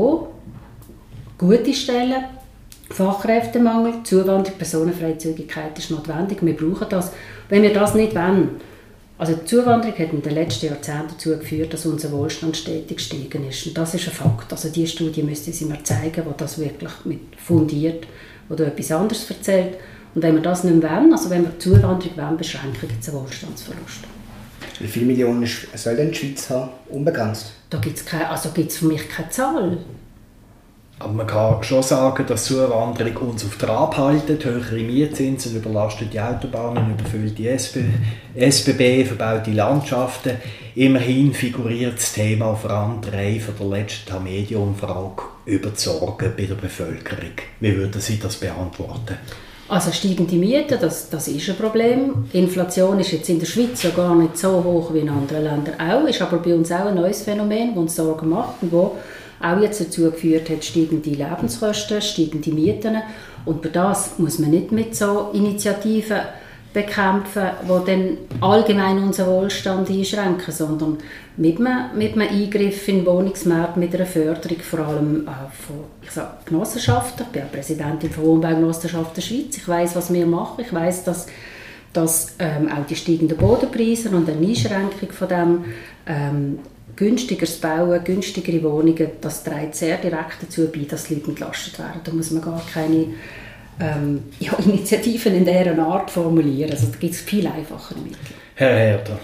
gute Stellen, Fachkräftemangel, Zuwanderung, Personenfreizügigkeit ist notwendig, wir brauchen das. Wenn wir das nicht wollen, also die Zuwanderung hat in den letzten Jahrzehnten dazu geführt, dass unser Wohlstand stetig gestiegen ist. Und das ist ein Fakt. Also diese Studie müsste sie mir zeigen, die das wirklich mit fundiert oder etwas anderes erzählt. Und wenn wir das nicht mehr wollen, also wenn wir die Zuwanderung wollen, beschränken, gibt es einen Wohlstandsverlust. Wie viele Millionen soll denn die Schweiz haben? Unbegrenzt? Da gibt es also für mich keine Zahl. Aber man kann schon sagen, dass Zuwanderung uns auf Trab hält. Höhere Mietzinsen, überlastete Autobahnen, überfüllte S B B, verbaute Landschaften. Immerhin figuriert das Thema auf Rang drei von der letzten Tamedia-Umfrage über die Sorgen bei der Bevölkerung. Wie würden Sie das beantworten? Also steigende Mieten, das, das ist ein Problem. Inflation ist jetzt in der Schweiz ja gar nicht so hoch wie in anderen Ländern auch, ist aber bei uns auch ein neues Phänomen, das uns Sorgen macht und wo auch jetzt dazu geführt hat, steigende Lebenskosten, steigende Mieten. Und bei das muss man nicht mit so Initiativen bekämpfen, die dann allgemein unseren Wohlstand einschränken, sondern mit einem, mit einem Eingriff in den Wohnungsmarkt, mit einer Förderung vor allem äh, von ich sag, Genossenschaften. Ich bin ja Präsidentin der Wohnbaugenossenschaften der Schweiz. Ich weiss, was wir machen. Ich weiss, dass, dass ähm, auch die steigenden Bodenpreise und eine Einschränkung von dem ähm, günstigeres Bauen, günstigere Wohnungen, das trägt sehr direkt dazu bei, dass die Leute entlastet werden. Da muss man gar keine ähm, ja, Initiativen in dieser Art formulieren. Also da gibt es viel einfachere Mittel. Herr Herter,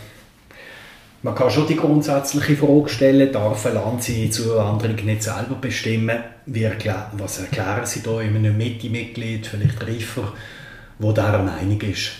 man kann schon die grundsätzliche Frage stellen, darf ein Land seine Zuwanderung nicht selber bestimmen? Wie erklären, was erklären Sie da in einem Mitte-Mitglied, vielleicht Riffer, der dieser Meinung ist?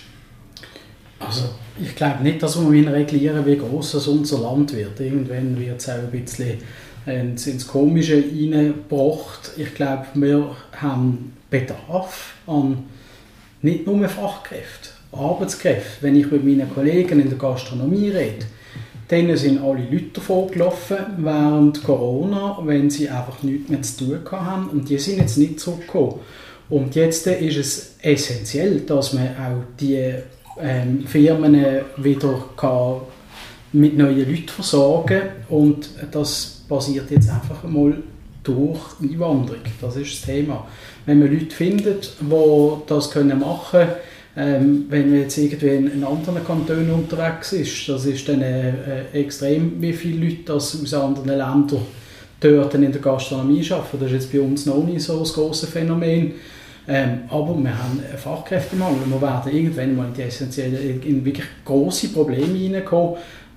Also ich glaube nicht, dass wir reglieren, wie gross unser Land wird. Irgendwann wird es auch ein bisschen ins, ins Komische hineingebracht. Ich glaube, wir haben Bedarf an nicht nur Fachkräfte, Arbeitskräfte. Wenn ich mit meinen Kollegen in der Gastronomie rede, denen sind alle Leute davon gelaufen während Corona, wenn sie einfach nichts mehr zu tun haben. Und die sind jetzt nicht zurückgekommen. Und jetzt ist es essentiell, dass man auch die Ähm, Firmen wieder kann mit neuen Leuten versorgen und das passiert jetzt einfach mal durch Einwanderung. Das ist das Thema. Wenn man Leute findet, die das können machen können, ähm, wenn man jetzt irgendwie in anderen Kantonen unterwegs ist, das ist dann äh, extrem, wie viele Leute das aus anderen Ländern dort in der Gastronomie arbeiten. Das ist jetzt bei uns noch nicht so ein grosses Phänomen. Ähm, aber wir haben einen Fachkräftemangel. Wir werden irgendwann mal in die essentiellen, in wirklich grosse Probleme hineinkommen.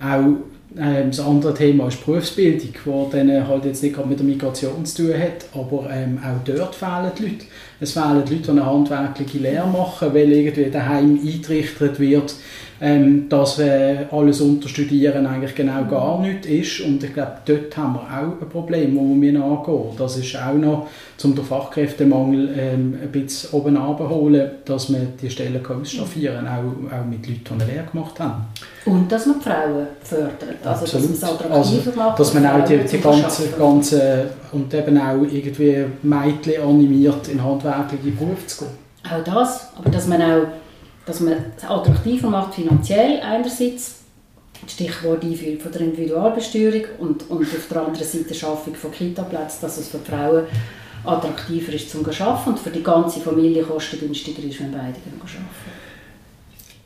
Auch ähm, das andere Thema ist Berufsbildung, das dann halt jetzt nicht gerade mit der Migration zu tun hat, aber ähm, auch dort fehlen die Leute. Es fehlen die Leute, die eine handwerkliche Lehre machen, weil irgendwie daheim eingerichtet wird, ähm, dass äh, alles Unterstudieren eigentlich genau gar nichts ist. Und ich glaube, dort haben wir auch ein Problem, das wir nachgehen. Das ist auch noch, um den Fachkräftemangel ähm, ein bisschen oben runterzuholen, dass wir die Stellen ausstaffieren können, auch, auch mit Leuten, die eine Lehre gemacht haben. Und dass man die Frauen fördert, also Absolut. dass man es attraktiver also, macht. Dass man auch die, die ganze, ganze und eben auch irgendwie Mädchen animiert, in handwerkliche Berufe zu gehen. Auch das, aber dass man auch dass man es attraktiver macht, finanziell einerseits, Stichwort Einführung von der Individualbesteuerung und, und auf der anderen Seite Schaffung von Kitaplätzen, dass es für die Frauen attraktiver ist zum Arbeiten und für die ganze Familie kostengünstiger ist, wenn beide arbeiten.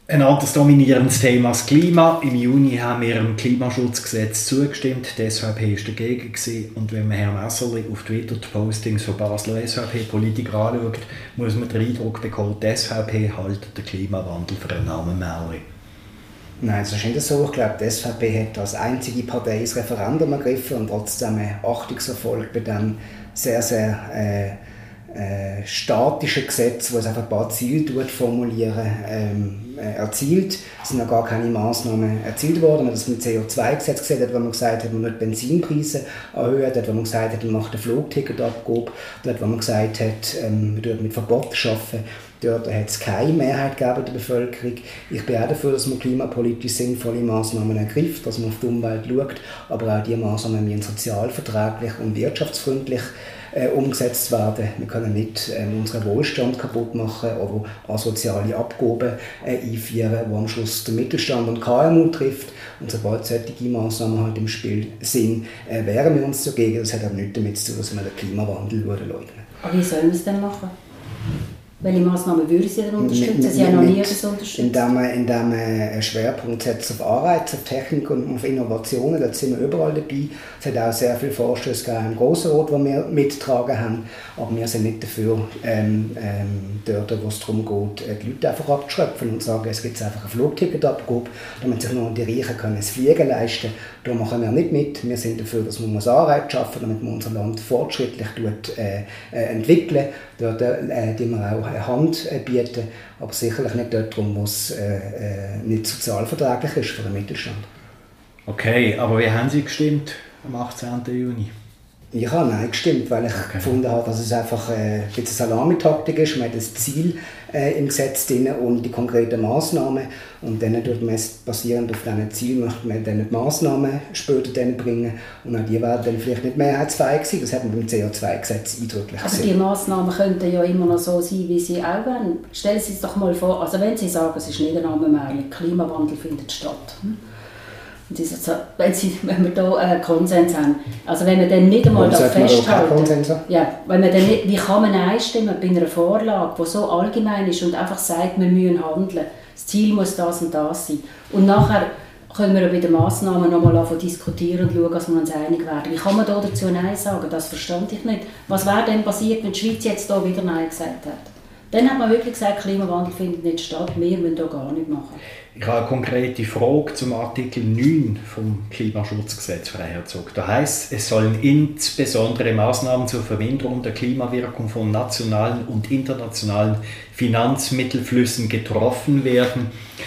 Ein anderes dominierendes Thema ist das Klima. Im Juni haben wir dem Klimaschutzgesetz zugestimmt. Die S V P war dagegen. Und wenn man Herrn Messerli auf Twitter die Postings von Basler S V P-Politiker anschaut, muss man den Eindruck bekommen, die S V P hält den Klimawandel für einen Namenmärchen. Nein, das ist nicht so. Ich glaube, die S V P hat als einzige Partei das Referendum ergriffen und trotzdem einen Achtungserfolg bei dem sehr, sehr äh, äh, statischen Gesetz, das einfach ein paar Ziele formulieren, ähm, äh, erzielt. Es sind noch gar keine Massnahmen erzielt worden. Man hat das mit dem C O zwei Gesetz gesehen, dort, wo man gesagt hat, man wird Benzinpreise erhöhen, dort, wo man gesagt hat, man macht einen Flugticketabgabe, dort, wo man gesagt hat, ähm, man wird mit Verboten arbeiten. Dort hat es keine Mehrheit gegeben in der Bevölkerung. Ich bin auch dafür, dass man klimapolitisch sinnvolle Massnahmen ergreift, dass man auf die Umwelt schaut, aber auch diese Massnahmen müssen sozialverträglich und wirtschaftsfreundlich äh, umgesetzt werden. Wir können nicht äh, unseren Wohlstand kaputt machen oder asoziale Abgaben äh, einführen, die am Schluss den Mittelstand und K M U trifft. Und sobald solche Massnahmen halt im Spiel sind, äh, wehren wir uns dagegen. Das hat aber nichts damit zu tun, dass wir den Klimawandel leugnen. Aber wie sollen wir es denn machen? Welche Massnahmen würden Sie denn unterstützen? Sie haben noch nie etwas unterstützt. Indem man, indem man einen Schwerpunkt setzt auf Anreize, auf Technik und auf Innovationen, da sind wir überall dabei. Es hat auch sehr viele Vorstöße gegeben im Grossen Rat, die wir mitgetragen haben. Aber wir sind nicht dafür, ähm, ähm, dort, wo es darum geht, die Leute einfach abzuschöpfen und sagen, es gibt einfach ein Flugticketabgabe, damit sich nur die Reichen können das Fliegen leisten. Da machen wir nicht mit. Wir sind dafür, dass man Anreize schaffen, damit man unser Land fortschrittlich tut, äh, äh, entwickeln. Dort äh, die wir auch eine Hand äh, bieten, aber sicherlich nicht dort, wo es äh, äh, nicht sozialverträglich ist für den Mittelstand. Okay, aber wie haben Sie gestimmt am achtzehnten Juni? Ich habe Nein gestimmt, weil ich okay. gefunden habe, dass es einfach äh, ein bisschen Salamitaktik ist. Man hat das Ziel äh, im Gesetz drin und die konkreten Massnahmen. Und dann tut man es basierend auf diesen Ziel, möchte man dann die Massnahmen später dann bringen. Und auch die werden dann vielleicht nicht mehrheitsfähig sein. Das hat man beim C O zwei Gesetz eindrücklich also gesehen. Die Massnahmen könnten ja immer noch so sein, wie sie auch wollen. Stellen Sie sich doch mal vor, also wenn Sie sagen, es ist nicht ein Namenmärchen, Klimawandel findet statt. Hm? So, wenn, Sie, wenn wir hier einen Konsens haben, also wenn wir dann nicht einmal da festhalten, ja, wenn wir dann nicht, wie kann man einstimmen bei einer Vorlage, die so allgemein ist und einfach sagt, wir müssen handeln, das Ziel muss das und das sein. Und nachher können wir bei den Massnahmen noch mal diskutieren und schauen, dass wir uns einig werden. Wie kann man da dazu Nein sagen? Das verstand ich nicht. Was wäre denn passiert, wenn die Schweiz jetzt hier wieder Nein gesagt hat? Dann hat man wirklich gesagt, Klimawandel findet nicht statt, wir müssen da gar nichts machen. Ich habe eine konkrete Frage zum Artikel neun vom Klimaschutzgesetz, Frau Herzog. Da heisst, es sollen insbesondere Maßnahmen zur Verminderung der Klimawirkung von nationalen und internationalen Finanzmittelflüssen getroffen werden.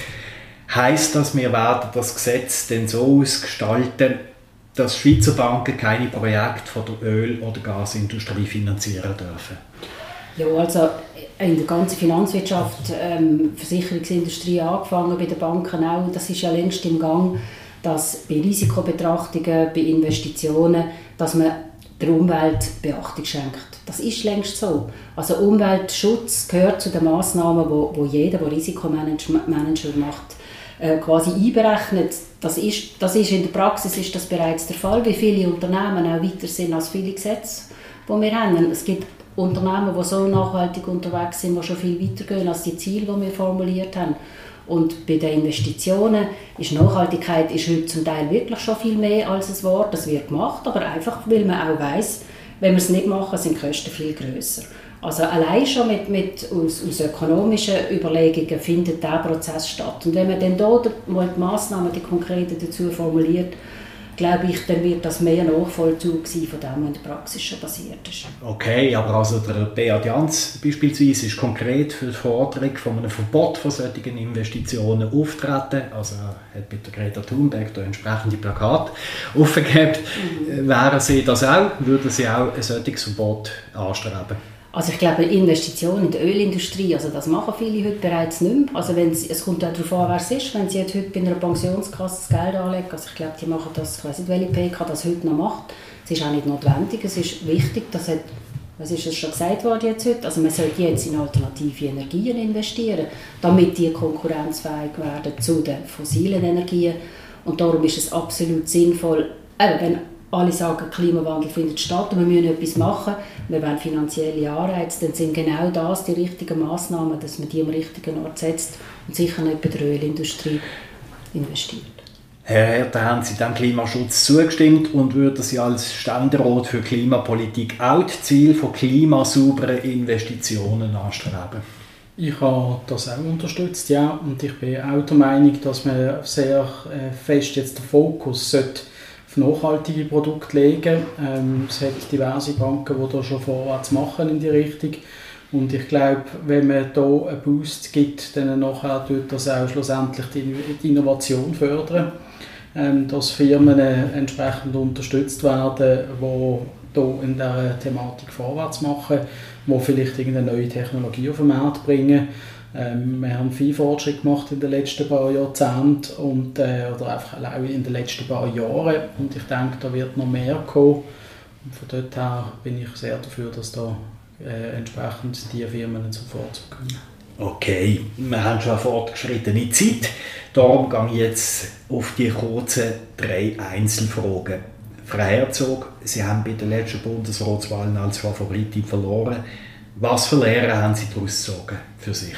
Heißt das, wir werden das Gesetz denn so ausgestalten, dass Schweizer Banken keine Projekte von der Öl- oder Gasindustrie finanzieren dürfen? Ja, also in der ganzen Finanzwirtschaft, ähm, Versicherungsindustrie angefangen, bei den Banken auch, das ist ja längst im Gang, dass bei Risikobetrachtungen, bei Investitionen, dass man der Umwelt Beachtung schenkt. Das ist längst so. Also Umweltschutz gehört zu den Massnahmen, wo, wo jeder, der Risikomanager macht, äh, quasi einberechnet. Das ist, das ist in der Praxis ist das bereits der Fall, wie viele Unternehmen auch weiter sind als viele Gesetze, die wir haben. Es gibt Unternehmen, die so nachhaltig unterwegs sind, die schon viel weiter gehen als die Ziele, die wir formuliert haben. Und bei den Investitionen ist Nachhaltigkeit ist heute zum Teil wirklich schon viel mehr als ein Wort. Das wird gemacht, aber einfach, weil man auch weiss, wenn wir es nicht machen, sind die Kosten viel grösser. Also allein schon mit, mit, aus, aus ökonomischen Überlegungen findet dieser Prozess statt. Und wenn man dann dort mal die Massnahmen, die konkreten dazu formuliert, glaube ich, dann wird das mehr Nachvollzug sein von dem, was in der Praxis schon passiert ist. Okay, aber also der Beat Jans beispielsweise ist konkret für die Forderung von einem Verbot von solchen Investitionen auftreten. Also er hat mit der Greta Thunberg da entsprechende Plakate aufgegeben. Mhm. Wären Sie das auch? Würden Sie auch ein solches Verbot anstreben? Also ich glaube, Investitionen in der Ölindustrie, also das machen viele heute bereits nicht mehr. Also wenn sie, es kommt auch darauf an, wer es ist. Wenn sie jetzt heute bei einer Pensionskasse das Geld anlegen, also ich glaube, die machen das, ich weiss nicht, welche P K das heute noch macht. Es ist auch nicht notwendig, es ist wichtig, das hat, was ist das schon gesagt worden jetzt heute? Also man sollte jetzt in alternative Energien investieren, damit die konkurrenzfähig werden zu den fossilen Energien. Und darum ist es absolut sinnvoll, eben wenn alle sagen, Klimawandel findet statt und wir müssen etwas machen, wir wollen finanzielle Anreize, dann sind genau das die richtigen Massnahmen, dass man die am richtigen Ort setzt und sicher nicht bei der Ölindustrie investiert. Herr Herter, haben Sie dem Klimaschutz zugestimmt und würden Sie als Ständerat für Klimapolitik auch das Ziel von klimasauberen Investitionen anstreben? Ich habe das auch unterstützt, ja, und ich bin auch der Meinung, dass man sehr fest jetzt den Fokus sollte auf nachhaltige Produkte legen. Ähm, es hat diverse Banken, die da schon vorwärts machen in die Richtung. Und ich glaube, wenn man hier einen Boost gibt, dann nachher tut das auch schlussendlich die Innovation fördern, ähm, dass Firmen äh, entsprechend unterstützt werden, die hier in dieser Thematik vorwärts machen, die vielleicht irgendeine neue Technologie auf den Markt bringen. Ähm, wir haben viel Fortschritt gemacht in den letzten paar Jahrzehnten und, äh, oder einfach auch in den letzten paar Jahren. Und ich denke, da wird noch mehr kommen. Und von dort her bin ich sehr dafür, dass da äh, entsprechend diese Firmen zum Vorzug kommen. Okay, wir haben schon eine fortgeschrittene Zeit. Darum gehe ich jetzt auf die kurzen drei Einzelfragen. Frau Herzog, Sie haben bei den letzten Bundesratswahlen als Favoritin verloren. Was für Lehren haben Sie daraus gezogen für sich?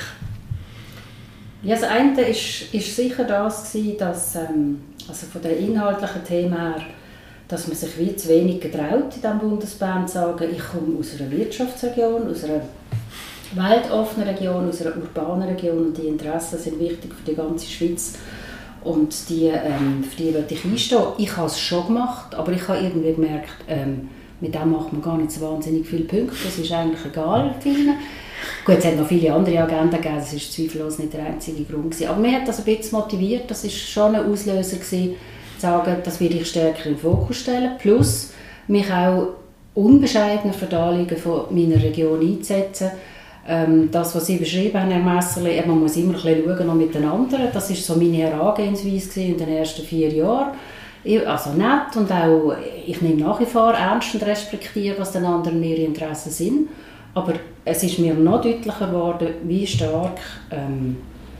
Ja, das eine war ist, ist sicher das, gewesen, dass ähm, also von den inhaltlichen Themen her, dass man sich wie zu wenig getraut in diesem Bundesbern zu sagen, ich komme aus einer Wirtschaftsregion, aus einer weltoffenen Region, aus einer urbanen Region und die Interessen sind wichtig für die ganze Schweiz und die, ähm, für die wollte ich einstehen. Ich habe es schon gemacht, aber ich habe irgendwie gemerkt, ähm, mit dem macht man gar nicht so wahnsinnig viele Punkte, das ist eigentlich egal vielen. Gut, es hat noch viele andere Agenden gegeben, das war zweifellos nicht der einzige Grund gewesen. Aber mir hat das ein bisschen motiviert, das war schon ein Auslöser gewesen, zu sagen, das will ich stärker in den Fokus stellen, plus mich auch unbescheidener für die Anliegen von meiner Region einzusetzen. Ähm, das, was Sie beschrieben haben, Herr Messerli, man muss immer ein bisschen schauen, noch mit den anderen. Das war so meine Herangehensweise in den ersten vier Jahren. Also nett und auch, ich nehme nach wie vor ernst und respektiere, was den anderen ihre Interessen sind. Aber es ist mir noch deutlicher geworden, wie stark ähm,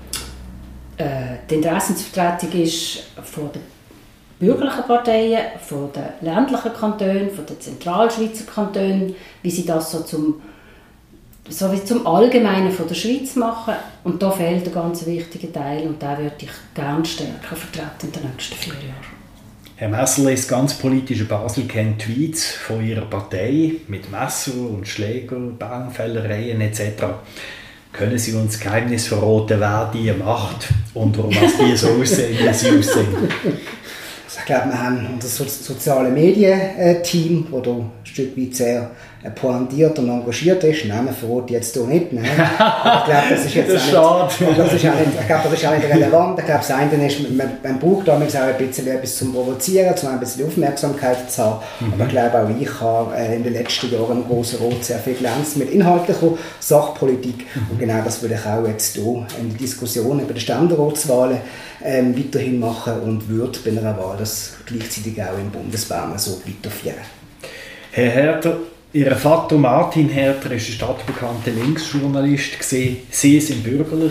äh, die Interessensvertretung ist von den bürgerlichen Parteien, von den ländlichen Kantonen, von den Zentralschweizer Kantonen, wie sie das so zum so wie zum Allgemeinen von der Schweiz machen. Und da fehlt ein ganz wichtiger Teil und den würde ich gerne stärker vertreten in den nächsten vier Jahren. Herr Messerli, das ganz politische Basel kennt Tweets von Ihrer Partei mit Messer und Schläger, Baumfällereien et cetera. Können Sie uns Geheimnis verraten, wer die macht und warum die so aussehen, wie sie aussehen? Also ich glaube, wir haben unser so- soziale Medien-Team, das ein Stück weit sehr pointiert und engagiert ist. Namen verrate ich jetzt hier nicht. Nein. Ich glaube, das ist jetzt das auch nicht, das ist auch nicht, ich glaube, das ist auch nicht relevant. Ich glaube, das eine ist, man, man braucht damals auch ein bisschen etwas zum Provozieren, um ein bisschen Aufmerksamkeit zu haben. Mhm. Aber ich glaube, auch ich habe äh, in den letzten Jahren im Grossen Rat sehr viel gelernt mit inhaltlicher Sachpolitik. Mhm. Und genau das würde ich auch jetzt hier in der Diskussion über die Ständeratswahlen ähm, weiterhin machen und würde bei einer Wahl das gleichzeitig auch im Bundesbern so weiterführen. Herr Herter, Ihr Vater Martin Herter war ein stadtbekannter Linksjournalist. Sie sind bürgerlich.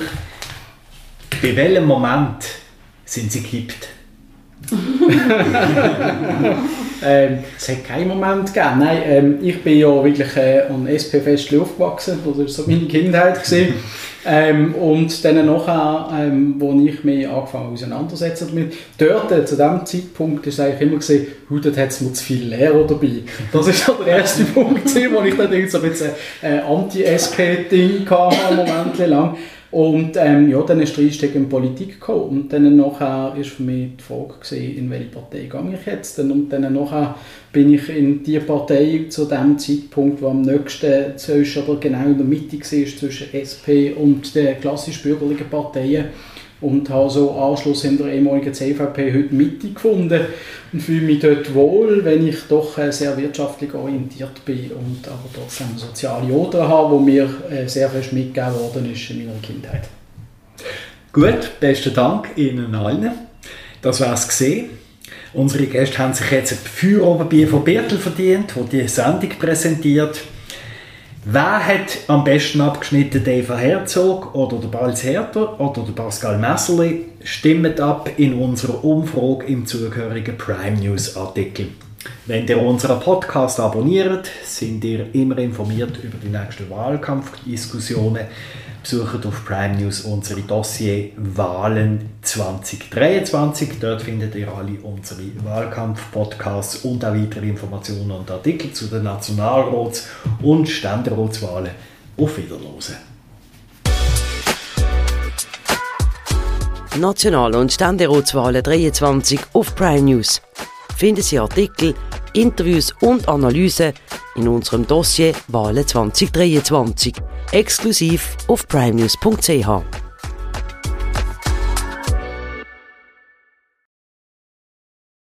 Bei welchem Moment sind Sie gekippt? ähm, es hat keinen Moment gegeben. Nein, ähm, ich bin ja wirklich äh, an S P-Festchen aufgewachsen. Das war so meine Kindheit. ähm, und dann nachher, ähm, wo ich mich angefangen auseinandersetzen damit, dort, äh, zu diesem Zeitpunkt, ist es eigentlich immer gesehen, oh, dort hat es mir zu viele Lehrer dabei. Das war so der erste Punkt, wo ich dann so ein bisschen äh, Anti-S P-Ding hatte, einen Moment lang. Und ähm, ja, dann ist der Einstieg in Politik gekommen. Und dann nachher war für mich die Frage gewesen, in welche Partei gehe ich jetzt? Und dann nachher bin ich in die Partei zu dem Zeitpunkt, wo am nächsten zwischen, oder genau in der Mitte war, zwischen S P und den klassisch bürgerlichen Parteien. Und habe so Anschluss in der ehemaligen C V P heute Mitte gefunden und fühle mich dort wohl, wenn ich doch sehr wirtschaftlich orientiert bin und aber trotzdem eine soziale Oder habe, die mir sehr fest mitgegeben worden ist in meiner Kindheit. Gut, besten Dank Ihnen allen. Das war es gesehen. Unsere Gäste haben sich jetzt ein Feuerobenbier von Birtel verdient, das die Sendung präsentiert. Wer hat am besten abgeschnitten, Eva Herzog oder der Balz Herter oder der Pascal Messerli? Stimmt ab in unserer Umfrage im zugehörigen Prime News Artikel. Wenn ihr unseren Podcast abonniert, sind ihr immer informiert über die nächsten Wahlkampfdiskussionen. Besucht auf Prime News unsere Dossier Wahlen zwanzig dreiundzwanzig. Dort findet ihr alle unsere Wahlkampf-Podcasts und auch weitere Informationen und Artikel zu den Nationalrats- und Ständeratswahlen. Auf Wiederhören. National- und Ständeratswahlen dreiundzwanzig auf Prime News. Finden Sie Artikel, Interviews und Analysen in unserem Dossier Wahlen zwanzig dreiundzwanzig exklusiv auf primenews punkt c h.